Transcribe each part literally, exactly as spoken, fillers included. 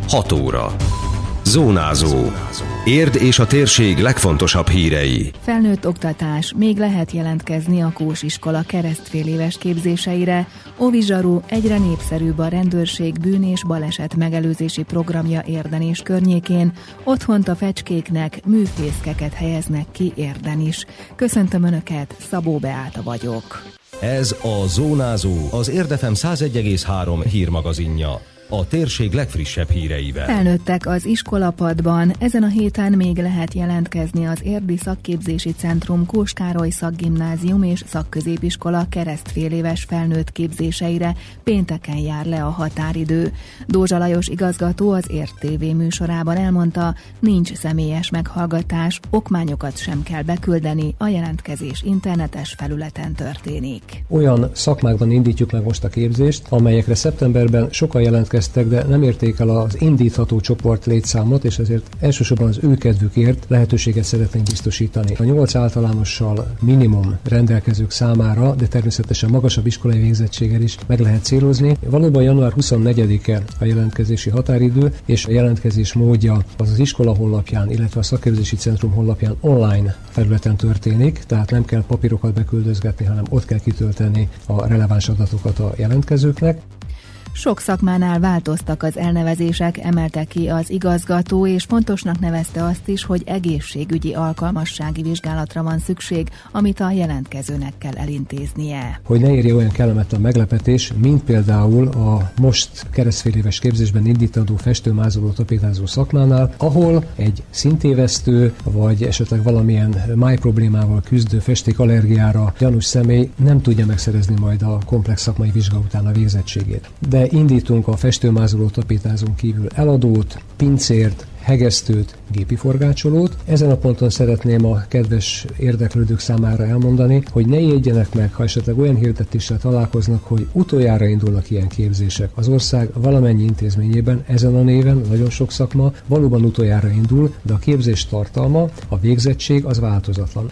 hat óra. Zónázó. Érd és a térség legfontosabb hírei. Felnőtt oktatás. Még lehet jelentkezni a Kós iskola keresztféléves képzéseire. Óvizsaru, egyre népszerűbb a rendőrség bűn- és baleset megelőzési programja Érden és környékén. Otthont a fecskéknek műfészkeket helyeznek ki Érden is. Köszöntöm Önöket, Szabó Beáta vagyok. Ez a Zónázó, az Érd ef em száz egy egész három hírmagazinja. A térség legfrissebb híreivel. Felnőttek az iskolapadban. Ezen a héten még lehet jelentkezni az Érdi Szakképzési Centrum Kós Károly Szakgimnázium és Szakközépiskola keresztféléves felnőtt képzéseire. Pénteken jár le a határidő. Dózsa Lajos igazgató az Érd té vé műsorában elmondta, nincs személyes meghallgatás, okmányokat sem kell beküldeni, a jelentkezés internetes felületen történik. Olyan szakmákban indítjuk meg most a képzést, amelyekre szeptemberben sokan jelentkeztek, de nem érték el az indítható csoport létszámot, és ezért elsősorban az ő kedvükért lehetőséget szeretnénk biztosítani. A nyolc általánossal minimum rendelkezők számára, de természetesen magasabb iskolai végzettséggel is meg lehet célozni. Valóban január huszonnegyedike a jelentkezési határidő, és a jelentkezés módja az az iskola honlapján, illetve a szakképzési centrum honlapján online felületen történik, tehát nem kell papírokat beküldözgetni, hanem ott kell kitölteni a releváns adatokat a jelentkezőknek. Sok szakmánál változtak az elnevezések, emelte ki az igazgató, és fontosnak nevezte azt is, hogy egészségügyi alkalmassági vizsgálatra van szükség, amit a jelentkezőnek kell elintéznie. Hogy ne érje olyan kellemetlen meglepetés, mint például a most keresztféléves képzésben indítandó festőmázoló tapétázó szakmánál, ahol egy szintévesztő, vagy esetleg valamilyen máj problémával küzdő festékallergiára gyanús személy nem tudja megszerezni majd a komplex szakmai vizsga után a végzettségét. De indítunk a festőmázoló tapétázón kívül eladót, pincért, hegesztőt, gépi forgácsolót. Ezen a ponton szeretném a kedves érdeklődők számára elmondani, hogy ne ijedjenek meg, ha esetleg olyan hirdetéssel találkoznak, hogy utoljára indulnak ilyen képzések. Az ország valamennyi intézményében ezen a néven nagyon sok szakma valóban utoljára indul, de a képzés tartalma, a végzettség az változatlan.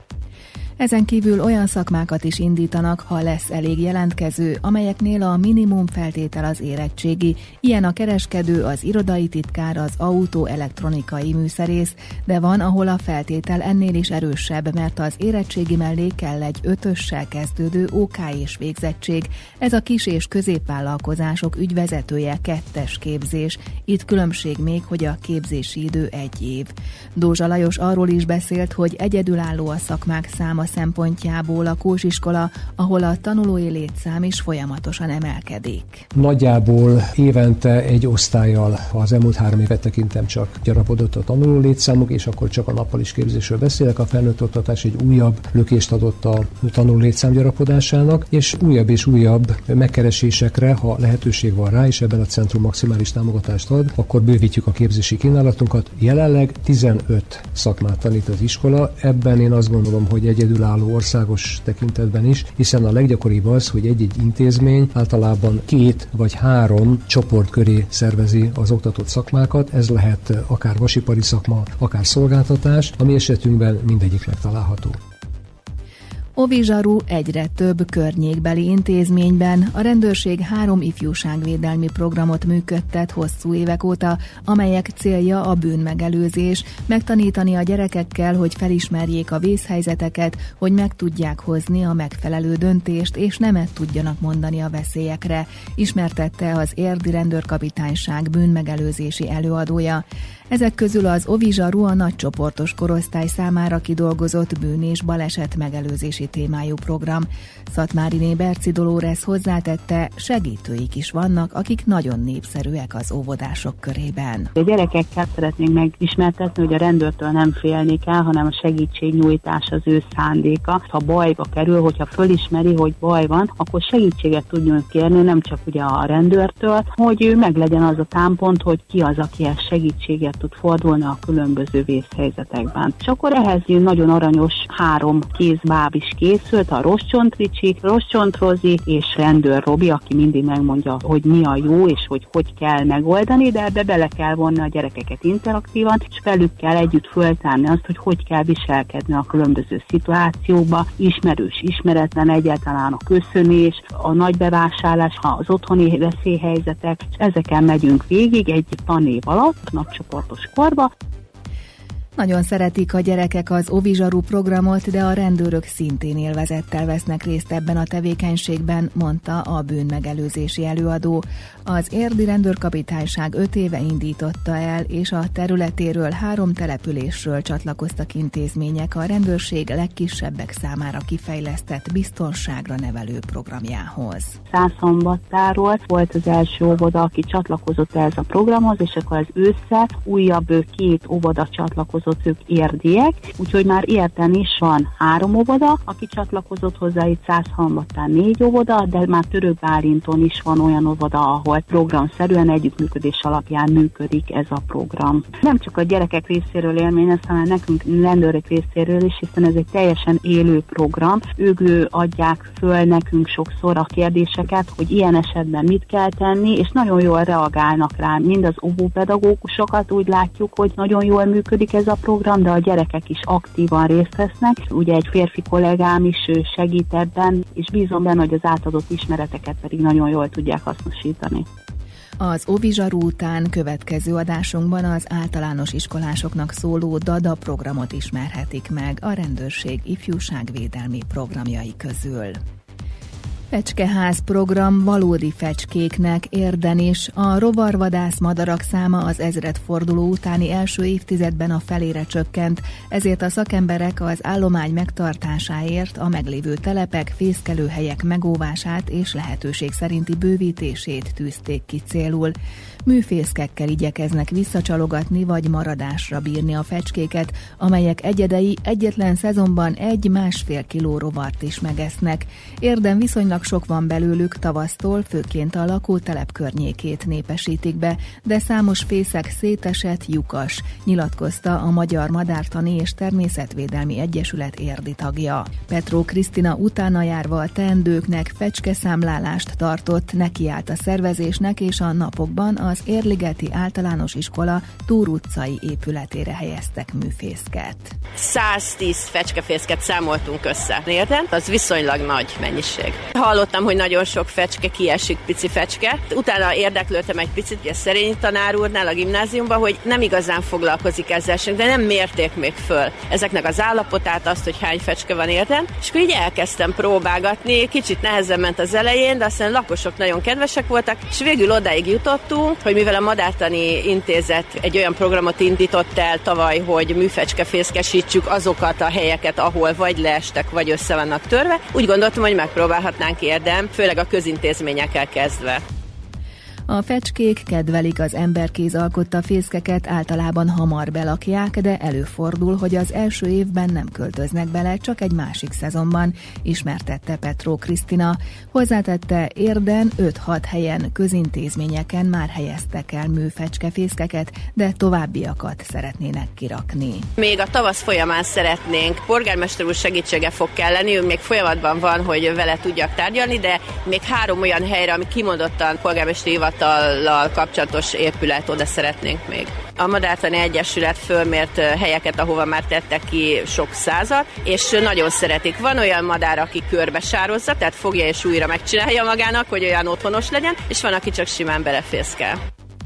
Ezen kívül olyan szakmákat is indítanak, ha lesz elég jelentkező, amelyeknél a minimum feltétel az érettségi, ilyen a kereskedő, az irodai titkár, az autó, elektronikai műszerész, de van, ahol a feltétel ennél is erősebb, mert az érettségi mellé kell egy ötössel kezdődő ó ká és végzettség. Ez a kis- és középvállalkozások ügyvezetője kettes képzés. Itt különbség még, hogy a képzési idő egy év. Dózsa Lajos arról is beszélt, hogy egyedülálló a szakmák száma szempontjából a Kós iskola, ahol a tanulói létszám is folyamatosan emelkedik. Nagyjából évente egy osztállyal, ha az elmúlt három évet tekintem, csak gyarapodott a tanuló létszámuk, és akkor csak a nappali képzésről beszélek. A felnőtt oktatás egy újabb lökést adott a tanuló létszám gyarapodásának, és újabb és újabb megkeresésekre, ha lehetőség van rá, és ebben a centrum maximális támogatást ad, akkor bővítjük a képzési kínálatunkat. Jelenleg tizenöt szakmát tanít az iskola, ebben én azt gondolom, hogy egyedül álló országos tekintetben is, hiszen a leggyakoribb az, hogy egy-egy intézmény általában két vagy három csoport köré szervezi az oktatott szakmákat, ez lehet akár vasipari szakma, akár szolgáltatás, ami esetünkben mindegyik megtalálható. Óvizsaru egyre több környékbeli intézményben. A rendőrség három ifjúságvédelmi programot működtet hosszú évek óta, amelyek célja a bűnmegelőzés, megtanítani a gyerekekkel, hogy felismerjék a vészhelyzeteket, hogy meg tudják hozni a megfelelő döntést, és nemet tudjanak mondani a veszélyekre, ismertette az érdi rendőrkapitányság bűnmegelőzési előadója. Ezek közül az Óvizsaru a nagycsoportos korosztály számára kidolgozott bűn- és baleset megelőzési témájú program. Szatmáriné Berci Dolores hozzátette, segítőik is vannak, akik nagyon népszerűek az óvodások körében. A gyerekekkel szeretnénk megismertetni, hogy a rendőrtől nem félni kell, hanem a segítségnyújtás az ő szándéka. Ha bajba kerül, hogyha fölismeri, hogy baj van, akkor segítséget tudjunk kérni, nem csak ugye a rendőrtől, hogy ő meglegyen az a támpont, hogy ki az, aki ezt segítséget tud fordulni a különböző vészhelyzetekben. És akkor ehhez jön nagyon aranyos három kézbáb is készült, a Roscsont Ricsi, Roscsont Rozi és Rendőr Robi, aki mindig megmondja, hogy mi a jó és hogy hogy kell megoldani, de ebbe bele kell vonni a gyerekeket interaktívan, és velük kell együtt föltárni azt, hogy hogy kell viselkedni a különböző szituációkba, ismerős, ismeretlen, egyáltalán a köszönés, a nagy bevásárlás, az otthoni veszélyhelyzetek, és ezeken megyünk végig egy tanév alatt, napcsoportos korba. Nagyon szeretik a gyerekek az Ovizsaru programot, de a rendőrök szintén élvezettel vesznek részt ebben a tevékenységben, mondta a bűnmegelőzési előadó. Az érdi rendőrkapitányság öt éve indította el, és a területéről három településről csatlakoztak intézmények a rendőrség legkisebbek számára kifejlesztett biztonságra nevelő programjához. Szászombattáról volt az első óvoda, aki csatlakozott ehhez a programhoz, és akkor az ősszel újabb két óvoda csatlakozott, ők érdiek, úgyhogy már érten is van három óvoda, aki csatlakozott hozzá, itt Szászhalombattán négy óvoda, de már Törökbálinton is van olyan óvoda, ahol programszerűen együttműködés alapján működik ez a program. Nem csak a gyerekek részéről élmény, ez, hanem nekünk rendőrök részéről is, hiszen ez egy teljesen élő program. Ők adják föl nekünk sokszor a kérdéseket, hogy ilyen esetben mit kell tenni, és nagyon jól reagálnak rá. Mind az óvópedagógusokat úgy látjuk, hogy nagyon jól működik ez a program, de a gyerekek is aktívan részt vesznek. Ugye egy férfi kollégám is segít ebben, és bízom benne, hogy az átadott ismereteket pedig nagyon jól tudják hasznosítani. Az Ovizsaru után következő adásunkban az általános iskolásoknak szóló DADA programot ismerhetik meg a rendőrség ifjúságvédelmi programjai közül. Fecskeház program valódi fecskéknek Érden is. A rovarvadász madarak száma az ezredforduló utáni első évtizedben a felére csökkent, ezért a szakemberek az állomány megtartásáért a meglévő telepek, fészkelőhelyek megóvását és lehetőség szerinti bővítését tűzték ki célul. Műfészkekkel igyekeznek visszacsalogatni vagy maradásra bírni a fecskéket, amelyek egyedei egyetlen szezonban egy-másfél kiló rovart is megesznek. Érden viszonylag sok van belőlük, tavasztól főként a lakótelep környékét népesítik be, de számos fészek szétesett, lyukas, nyilatkozta a Magyar Madártani és Természetvédelmi Egyesület érdi tagja. Petró Krisztina utána járva a teendőknek fecskeszámlálást tartott, nekiállt a szervezésnek, és a napokban az Érligeti Általános Iskola Túr utcai épületére helyeztek műfészket. száztíz fecskefészket számoltunk össze. Érden? Az viszonylag nagy mennyiség. Hallottam, hogy nagyon sok fecske kiesik, pici fecske. Utána érdeklődtem egy picit, ugye Szerényi tanár úrnál a gimnáziumban, hogy nem igazán foglalkozik ezzel sem, de nem mérték még föl ezeknek az állapotát, azt, hogy hány fecske van Érden. És akkor így elkezdtem próbálgatni, kicsit nehezen ment az elején, de aztán a lakosok nagyon kedvesek voltak, és végül odáig jutottunk, hogy mivel a Madártani Intézet egy olyan programot indított el tavaly, hogy műfecskefészkesítsük azokat a helyeket, ahol vagy leestek, vagy össze vannak törve, úgy gondoltam, hogy megpróbálhatnánk Érden, főleg a közintézményekkel kezdve. A fecskék kedvelik az emberkéz alkotta fészkeket, általában hamar belakják, de előfordul, hogy az első évben nem költöznek bele, csak egy másik szezonban, ismertette Petró Krisztina. Hozzátette, Érden öt-hat helyen közintézményeken már helyeztek el műfecskefészkeket, de továbbiakat szeretnének kirakni. Még a tavasz folyamán szeretnénk, polgármester úr segítsége fog kelleni, ő még folyamatban van, hogy vele tudjak tárgyalni, de még három olyan helyre, ami kimondottan polgármesteri hivatallal kapcsolatos épület, oda szeretnénk még. A Madártani Egyesület fölmért helyeket, ahova már tettek ki sok százat, és nagyon szeretik. Van olyan madár, aki körbe sározza, tehát fogja és újra megcsinálja magának, hogy olyan otthonos legyen, és van, aki csak simán belefészkel.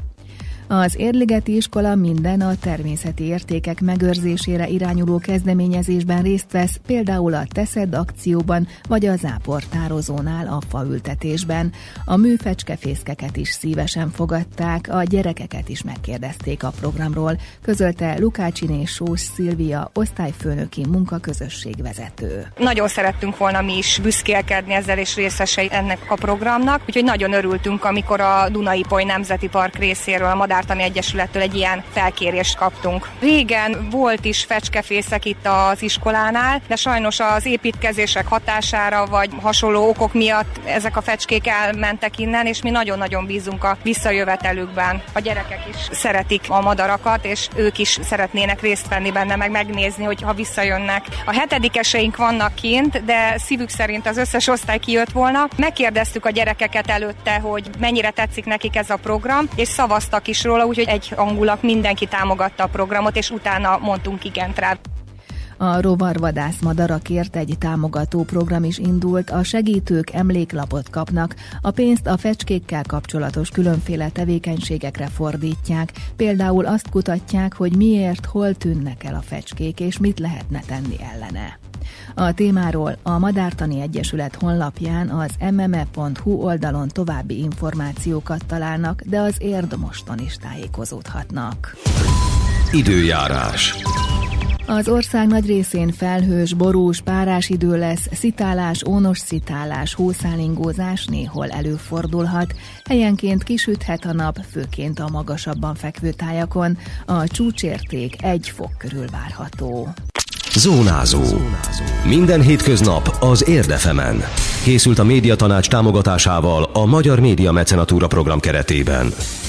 Az Érligeti Iskola minden a természeti értékek megőrzésére irányuló kezdeményezésben részt vesz, például a Teszed akcióban, vagy a záportározónál a faültetésben. A műfecskefészkeket is szívesen fogadták, a gyerekeket is megkérdezték a programról, közölte Lukácsiné Sós Szilvia, osztályfőnöki munkaközösségvezető. Nagyon szerettünk volna mi is büszkélkedni ezzel és részesei ennek a programnak, úgyhogy nagyon örültünk, amikor a Duna-Ipoly Nemzeti Park részéről a Madártani Egyesülettől egy ilyen felkérést kaptunk. Régen volt is fecskefészek itt az iskolánál, de sajnos az építkezések hatására vagy hasonló okok miatt ezek a fecskék elmentek innen, és mi nagyon-nagyon bízunk a visszajövetelükben. A gyerekek is szeretik a madarakat, és ők is szeretnének részt venni benne, meg megnézni, hogy ha visszajönnek. A hetedikeseink vannak kint, de szívük szerint az összes osztály kijött volna. Megkérdeztük a gyerekeket előtte, hogy mennyire tetszik nekik ez a program, és szavaztak is róla, úgyhogy egy hangulat mindenki támogatta a programot, és utána mondtunk igent rá. A rovarvadász madarakért egy támogató program is indult, a segítők emléklapot kapnak, a pénzt a fecskékkel kapcsolatos különféle tevékenységekre fordítják, például azt kutatják, hogy miért, hol tűnnek el a fecskék, és mit lehetne tenni ellene. A témáról a Madártani Egyesület honlapján az em em e pont hu oldalon további információkat találnak, de az Érd Moston is tájékozódhatnak. Időjárás. Az ország nagy részén felhős, borús, párás idő lesz, szitálás, ónos szitálás, hószálingózás néhol előfordulhat. Helyenként kisüthet a nap, főként a magasabban fekvő tájakon. A csúcsérték egy fok körül várható. Zónázó. Minden hétköznap az Érd ef emen. Készült a Médiatanács támogatásával a Magyar Média Mecenatúra program keretében.